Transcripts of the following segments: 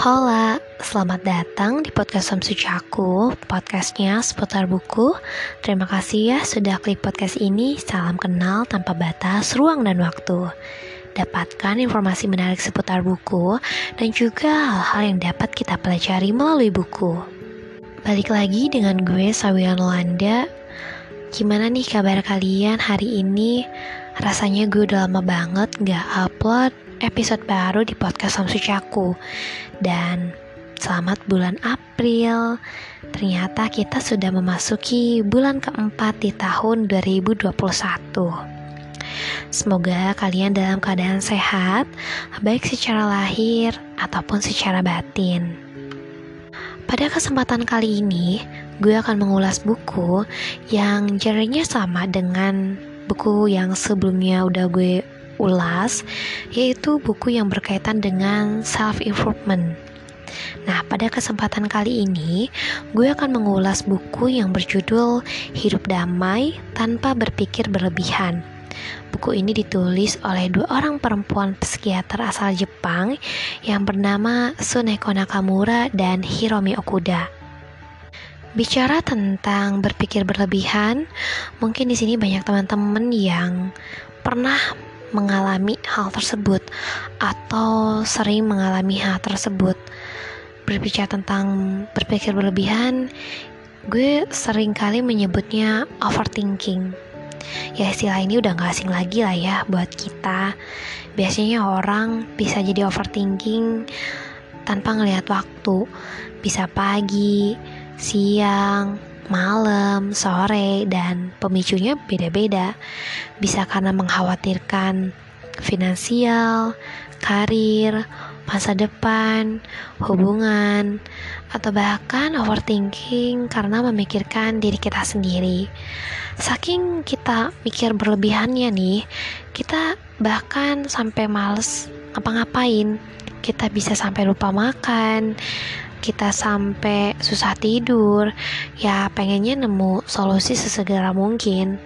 Hola, selamat datang di podcast Samsucaku, podcastnya seputar buku. Terima kasih ya sudah klik podcast ini. Salam kenal tanpa batas ruang dan waktu. Dapatkan informasi menarik seputar buku dan juga hal-hal yang dapat kita pelajari melalui buku. Balik lagi dengan gue, Sawian Landa. Gimana nih kabar kalian hari ini? Rasanya gue udah lama banget gak upload episode baru di podcast Samsucaku. Dan selamat bulan April. Ternyata kita sudah memasuki bulan keempat di tahun 2021. Semoga kalian dalam keadaan sehat, baik secara lahir ataupun secara batin. Pada kesempatan kali ini, gue akan mengulas buku yang genrenya sama dengan buku yang sebelumnya udah gue ulas, yaitu buku yang berkaitan dengan self-improvement. Nah, pada kesempatan kali ini, gue akan mengulas buku yang berjudul Hidup Damai Tanpa Berpikir Berlebihan. Buku ini ditulis oleh dua orang perempuan psikiater asal Jepang yang bernama Tsuneko Nakamura dan Hiromi Okuda. Bicara tentang berpikir berlebihan, mungkin di sini banyak teman-teman yang pernah mengalami hal tersebut atau sering mengalami hal tersebut. Berbicara tentang berpikir berlebihan, gue sering kali menyebutnya overthinking. Ya, istilah ini udah gak asing lagi lah ya buat kita. Biasanya orang bisa jadi overthinking tanpa ngelihat waktu. Bisa pagi, siang, malam, sore, dan pemicunya beda-beda. Bisa karena mengkhawatirkan finansial, karir, masa depan, hubungan, atau bahkan overthinking karena memikirkan diri kita sendiri. Saking kita mikir berlebihannya nih, kita bahkan sampai males ngapa-ngapain. Kita bisa sampai lupa makan, kita sampai susah tidur. Ya pengennya nemu solusi sesegera mungkin.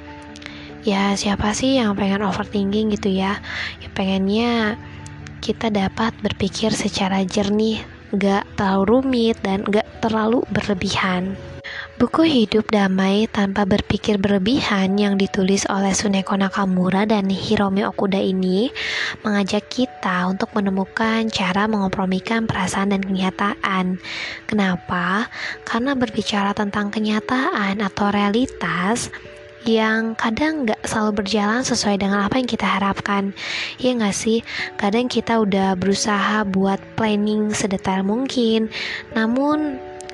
Ya siapa sih yang pengen overthinking gitu ya? Ya pengennya kita dapat berpikir secara jernih, gak terlalu rumit dan gak terlalu berlebihan. Buku Hidup Damai Tanpa Berpikir Berlebihan yang ditulis oleh Tsuneko Nakamura dan Hiromi Okuda ini mengajak kita untuk menemukan cara menkompromikan perasaan dan kenyataan. Kenapa? Karena berbicara tentang kenyataan atau realitas yang kadang gak selalu berjalan sesuai dengan apa yang kita harapkan. Ya gak sih? Kadang kita udah berusaha buat planning sedetail mungkin, namun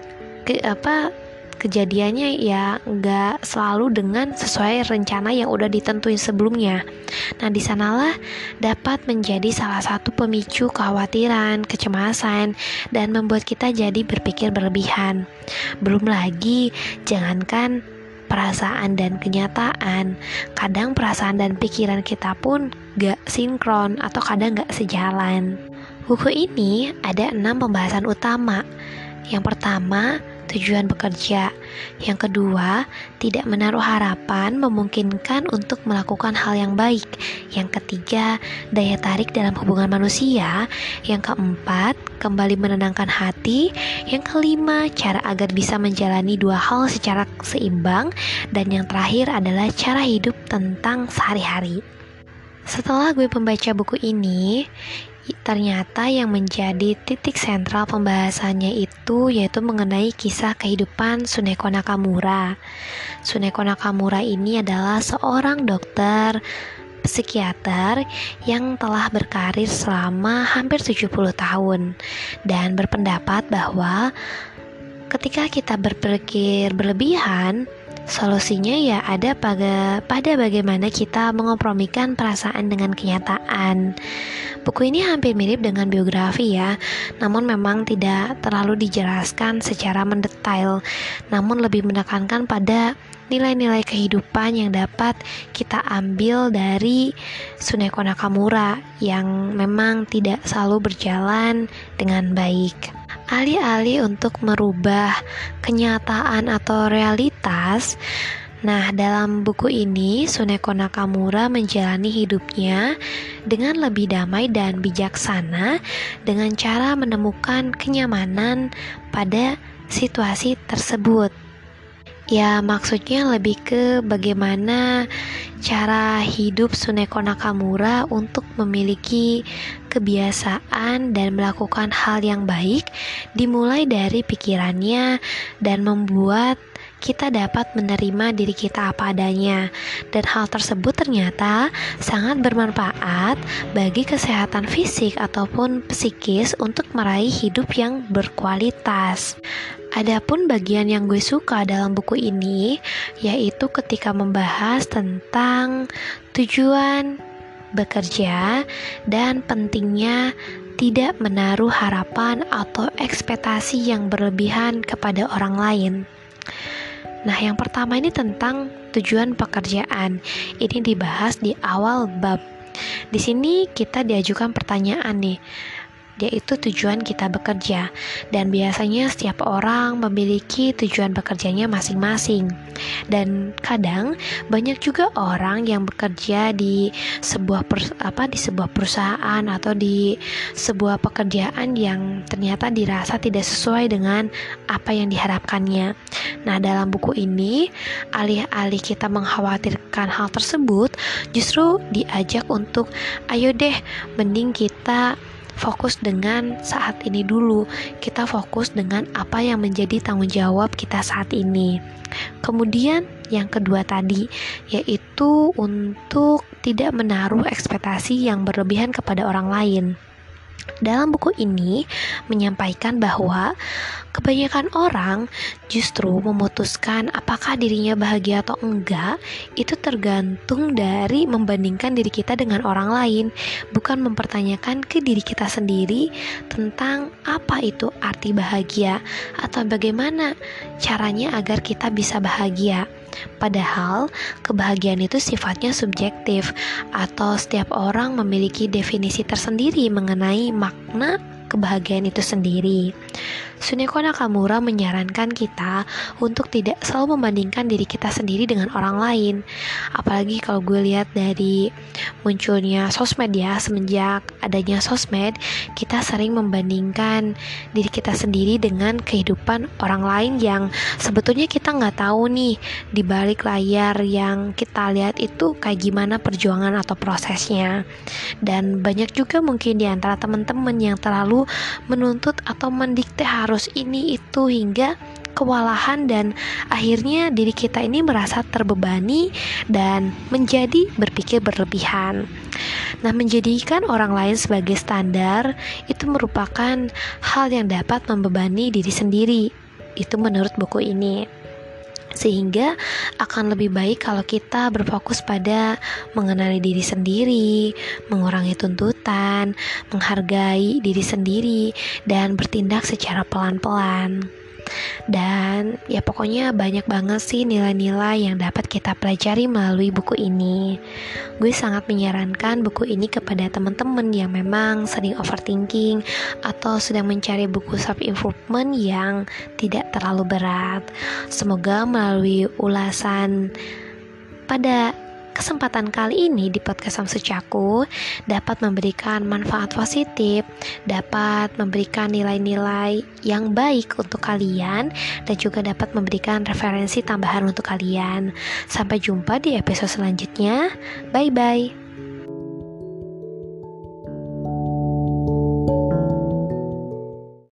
kejadiannya ya nggak selalu dengan sesuai rencana yang udah ditentuin sebelumnya. Nah, di sanalah dapat menjadi salah satu pemicu kekhawatiran, kecemasan, dan membuat kita jadi berpikir berlebihan. Belum lagi, jangankan perasaan dan kenyataan, kadang perasaan dan pikiran kita pun gak sinkron atau kadang gak sejalan. Buku ini ada 6 pembahasan utama. Yang pertama, tujuan bekerja. Yang kedua, tidak menaruh harapan memungkinkan untuk melakukan hal yang baik. Yang ketiga, daya tarik dalam hubungan manusia. Yang keempat, kembali menenangkan hati. Yang kelima, cara agar bisa menjalani dua hal secara seimbang. Dan yang terakhir adalah cara hidup tentang sehari-hari. Setelah gue membaca buku ini, ternyata yang menjadi titik sentral pembahasannya itu yaitu mengenai kisah kehidupan Tsuneko Nakamura. Tsuneko Nakamura ini adalah seorang dokter psikiater yang telah berkarir selama hampir 70 tahun dan berpendapat bahwa ketika kita berpikir berlebihan, solusinya ya ada pada bagaimana kita menkompromikan perasaan dengan kenyataan. Buku ini hampir mirip dengan biografi ya, namun memang tidak terlalu dijelaskan secara mendetail, namun lebih menekankan pada nilai-nilai kehidupan yang dapat kita ambil dari Tsuneko Nakamura yang memang tidak selalu berjalan dengan baik. Alih-alih untuk merubah kenyataan atau realitas, Nah, dalam buku ini Suneko Nakamura menjalani hidupnya dengan lebih damai dan bijaksana dengan cara menemukan kenyamanan pada situasi tersebut. Ya, maksudnya lebih ke bagaimana cara hidup Suneko Nakamura untuk memiliki kebiasaan dan melakukan hal yang baik dimulai dari pikirannya dan membuat kita dapat menerima diri kita apa adanya. Dan hal tersebut ternyata sangat bermanfaat bagi kesehatan fisik ataupun psikis untuk meraih hidup yang berkualitas. Adapun bagian yang gue suka dalam buku ini yaitu ketika membahas tentang tujuan bekerja dan pentingnya tidak menaruh harapan atau ekspektasi yang berlebihan kepada orang lain. Nah, yang pertama ini tentang tujuan pekerjaan. Ini dibahas di awal bab. Di sini kita diajukan pertanyaan nih, yaitu tujuan kita bekerja. Dan biasanya setiap orang memiliki tujuan bekerjanya masing-masing. Dan kadang banyak juga orang yang bekerja di sebuah perusahaan atau di sebuah pekerjaan yang ternyata dirasa tidak sesuai dengan apa yang diharapkannya. Nah, dalam buku ini alih-alih kita mengkhawatirkan hal tersebut, justru diajak untuk ayo deh, mending kita fokus dengan saat ini dulu. Kita fokus dengan apa yang menjadi tanggung jawab kita saat ini. Kemudian yang kedua tadi, yaitu untuk tidak menaruh ekspektasi yang berlebihan kepada orang lain. Dalam buku ini menyampaikan bahwa kebanyakan orang justru memutuskan apakah dirinya bahagia atau enggak itu tergantung dari membandingkan diri kita dengan orang lain, bukan mempertanyakan ke diri kita sendiri tentang apa itu arti bahagia atau bagaimana caranya agar kita bisa bahagia. Padahal kebahagiaan itu sifatnya subjektif atau setiap orang memiliki definisi tersendiri mengenai makna kebahagiaan itu sendiri. Suneko Nakamura menyarankan kita untuk tidak selalu membandingkan diri kita sendiri dengan orang lain. Apalagi kalau gue lihat dari munculnya sosmed ya, semenjak adanya sosmed, kita sering membandingkan diri kita sendiri dengan kehidupan orang lain yang sebetulnya kita nggak tahu nih di balik layar yang kita lihat itu kayak gimana perjuangan atau prosesnya. Dan banyak juga mungkin di antara teman-teman yang terlalu menuntut atau mendikte harus ini itu hingga kewalahan dan akhirnya diri kita ini merasa terbebani dan menjadi berpikir berlebihan. Nah, menjadikan orang lain sebagai standar itu merupakan hal yang dapat membebani diri sendiri. Itu menurut buku ini. Sehingga akan lebih baik kalau kita berfokus pada mengenali diri sendiri, mengurangi tuntutan, menghargai diri sendiri, dan bertindak secara pelan-pelan. Dan ya pokoknya banyak banget sih nilai-nilai yang dapat kita pelajari melalui buku ini. Gue sangat menyarankan buku ini kepada teman-teman yang memang sering overthinking atau sedang mencari buku self-improvement yang tidak terlalu berat. Semoga melalui ulasan pada kesempatan kali ini di podcast Samsucaku dapat memberikan manfaat positif, dapat memberikan nilai-nilai yang baik untuk kalian, dan juga dapat memberikan referensi tambahan untuk kalian. Sampai jumpa di episode selanjutnya. Bye-bye.